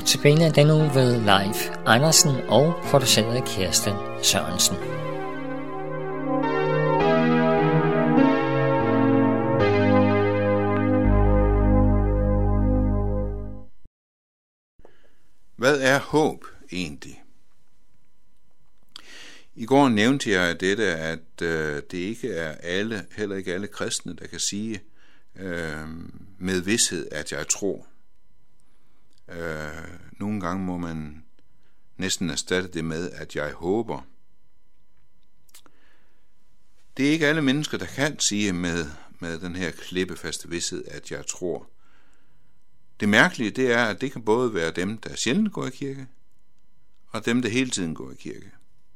Notabene den uge ved Leif Andersen og produceret af Kirsten Sørensen. Hvad er håb egentlig? I går nævnte jeg dette, at det ikke er alle, heller ikke alle kristne, der kan sige med vished, at jeg tror. Nogle gange må man næsten erstatte det med, at jeg håber. Det er ikke alle mennesker, der kan sige med den her klippefaste vished, at jeg tror. Det mærkelige, det er, at det kan både være dem, der sjældent går i kirke, og dem, der hele tiden går i kirke.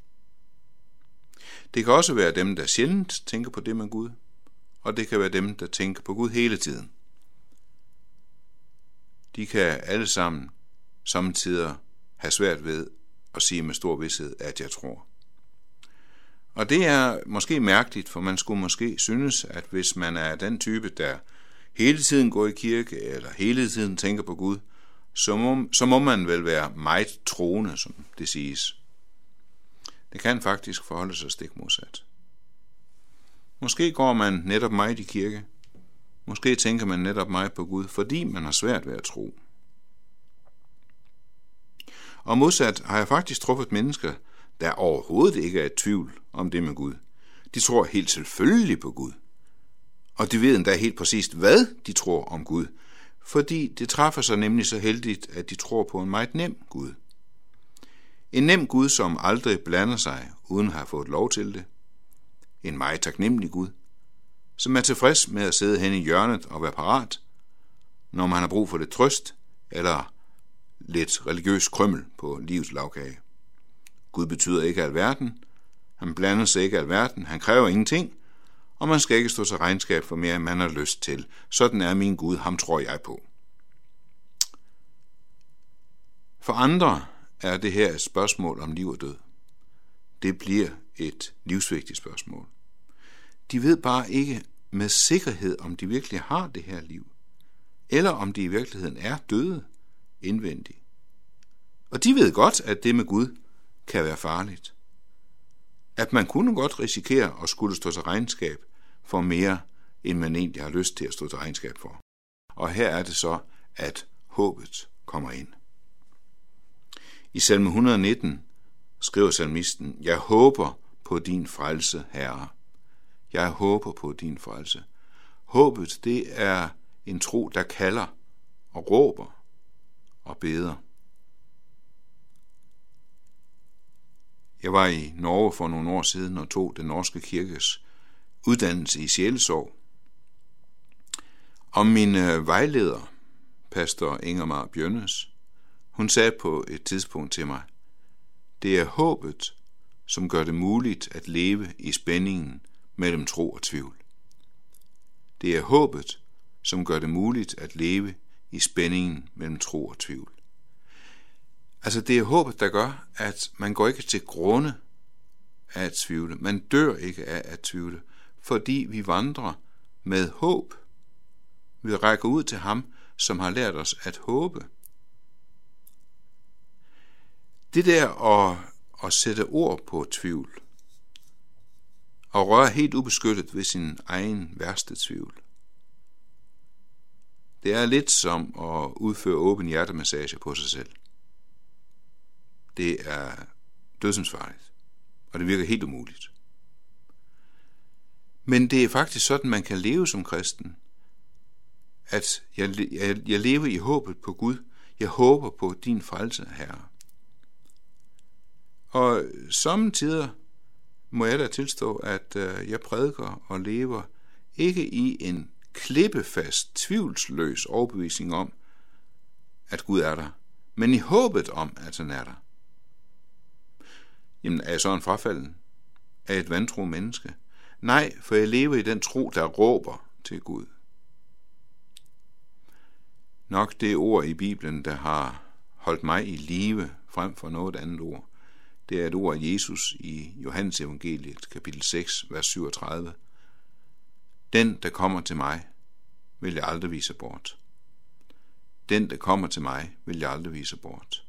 Det kan også være dem, der sjældent tænker på det med Gud, og det kan være dem, der tænker på Gud hele tiden. De kan alle sammen samtidig have svært ved at sige med stor vished, at jeg tror. Og det er måske mærkeligt, for man skulle måske synes, at hvis man er den type, der hele tiden går i kirke, eller hele tiden tænker på Gud, så må man vel være meget troende, som det siges. Det kan faktisk forholde sig stik modsat. Måske går man netop meget i kirke. Måske tænker man netop meget på Gud, fordi man har svært ved at tro. Og modsat har jeg faktisk truffet mennesker, der overhovedet ikke er i tvivl om det med Gud. De tror helt selvfølgelig på Gud. Og de ved endda helt præcist, hvad de tror om Gud, fordi det træffer sig nemlig så heldigt, at de tror på en meget nem Gud. En nem Gud, som aldrig blander sig, uden at have fået lov til det. En meget taknemmelig Gud, som er tilfreds med at sidde hen i hjørnet og være parat, når man har brug for lidt trøst eller lidt religiøs krymmel på livets lavkage. Gud betyder ikke alverden, han blander sig ikke alverden, han kræver ingenting, og man skal ikke stå til regnskab for mere, end man har lyst til. Sådan er min Gud, ham tror jeg på. For andre er det her et spørgsmål om liv og død. Det bliver et livsvigtigt spørgsmål. De ved bare ikke med sikkerhed, om de virkelig har det her liv, eller om de i virkeligheden er døde indvendigt. Og de ved godt, at det med Gud kan være farligt. At man kunne godt risikere at skulle stå til regnskab for mere, end man egentlig har lyst til at stå til regnskab for. Og her er det så, at håbet kommer ind. I salme 119 skriver salmisten, jeg håber på din frelse, Herre. Jeg håber på din frelse. Håbet, det er en tro, der kalder og råber og beder. Jeg var i Norge for nogle år siden og tog den norske kirkes uddannelse i sjælesorg. Og min vejleder, pastor Ingermar Bjørnes, hun sagde på et tidspunkt til mig, det er håbet, som gør det muligt at leve i spændingen mellem tro og tvivl. Det er håbet, som gør det muligt at leve i spændingen mellem tro og tvivl. Altså det er håbet, der gør, at man går ikke til grunde af at tvivle. Man dør ikke af at tvivle, fordi vi vandrer med håb. Vi rækker ud til ham, som har lært os at håbe. Det der at sætte ord på tvivl, og røre helt ubeskyttet ved sin egen værste tvivl, det er lidt som at udføre åben hjertemassage på sig selv. Det er dødsensfarligt, og det virker helt umuligt. Men det er faktisk sådan, man kan leve som kristen, at jeg lever i håbet på Gud. Jeg håber på din frelse, Herre. Og samtidig må jeg da tilstå, at jeg prædiker og lever ikke i en klippefast, tvivlsløs overbevisning om, at Gud er der, men i håbet om, at han er der. Jamen, er jeg så en frafalden? Er jeg et vantro menneske? Nej, for jeg lever i den tro, der råber til Gud. Nok det ord i Bibelen, der har holdt mig i live frem for noget andet ord, det er et ord af Jesus i Johannes evangeliet, kapitel 6, vers 37. Den, der kommer til mig, vil jeg aldrig vise bort. den, der kommer til mig, vil jeg aldrig vise bort.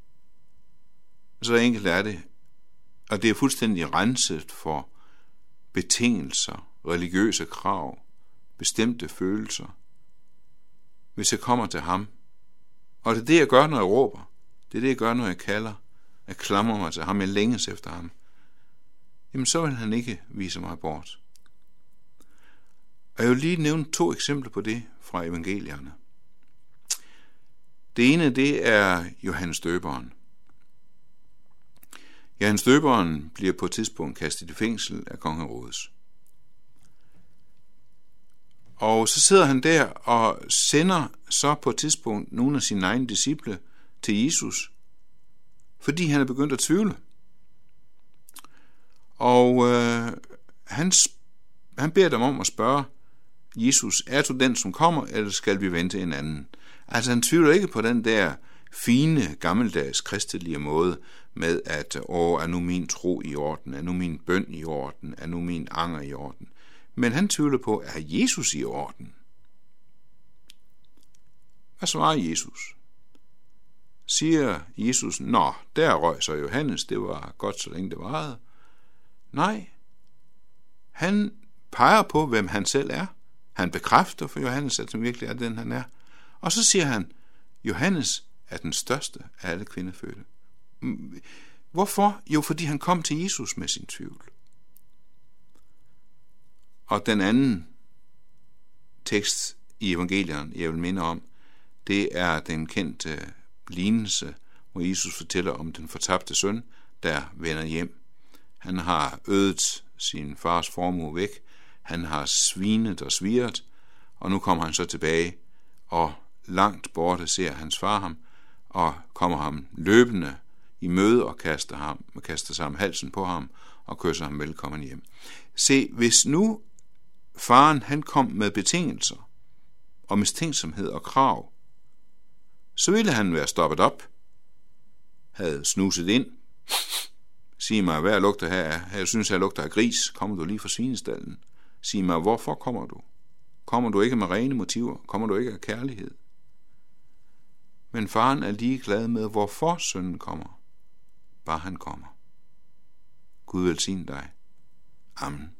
Så enkelt er det, og det er fuldstændig renset for betingelser, religiøse krav, bestemte følelser. Hvis jeg kommer til ham, og det er det, jeg gør, når jeg råber, det er det, jeg gør, når jeg kalder, jeg klamrer mig til ham, jeg længes efter ham, jamen så vil han ikke vise mig bort. Og jeg vil lige nævne 2 eksempler på det fra evangelierne. Det ene, det er Johannes Døberen. Johannes Døberen bliver på et tidspunkt kastet i fængsel af kong Herodes. Og så sidder han der og sender så på et tidspunkt nogle af sine egne disciple til Jesus, fordi han er begyndt at tvivle. Og han beder dem om at spørge Jesus, er du den, som kommer, eller skal vi vente en anden? Altså han tvivler ikke på den der fine, gammeldags kristelige måde med, at er nu min tro i orden, er nu min bøn i orden, er nu min anger i orden. Men han tvivler på, er Jesus i orden? Hvad svarer Jesus? Siger Jesus, nå, der røg så Johannes, det var godt, så længe det varede. Nej, han peger på, hvem han selv er. Han bekræfter for Johannes, at han virkelig er den, han er. Og så siger han, Johannes er den største af alle kvindefødte. Hvorfor? Jo, fordi han kom til Jesus med sin tvivl. Og den anden tekst i evangelierne, jeg vil minde om, det er den kendte lignelse, hvor Jesus fortæller om den fortabte søn, der vender hjem. Han har ødet sin fars formue væk, han har svinet og sviret, og nu kommer han så tilbage, og langt borte ser hans far ham, og kommer ham løbende i møde og kaster sig om halsen på ham, og kysser ham velkommen hjem. Se, hvis nu faren han kom med betingelser, og mistænksomhed og krav, så ville han være stoppet op, havde snuset ind, sig mig, hvad lugter her? Jeg synes, jeg lugter af gris. Kommer du lige fra svinestallen? Sig mig, hvorfor kommer du? Kommer du ikke med rene motiver? Kommer du ikke af kærlighed? Men faren er ligeglad med, hvorfor sønnen kommer. Bare han kommer. Gud velsigne dig. Amen.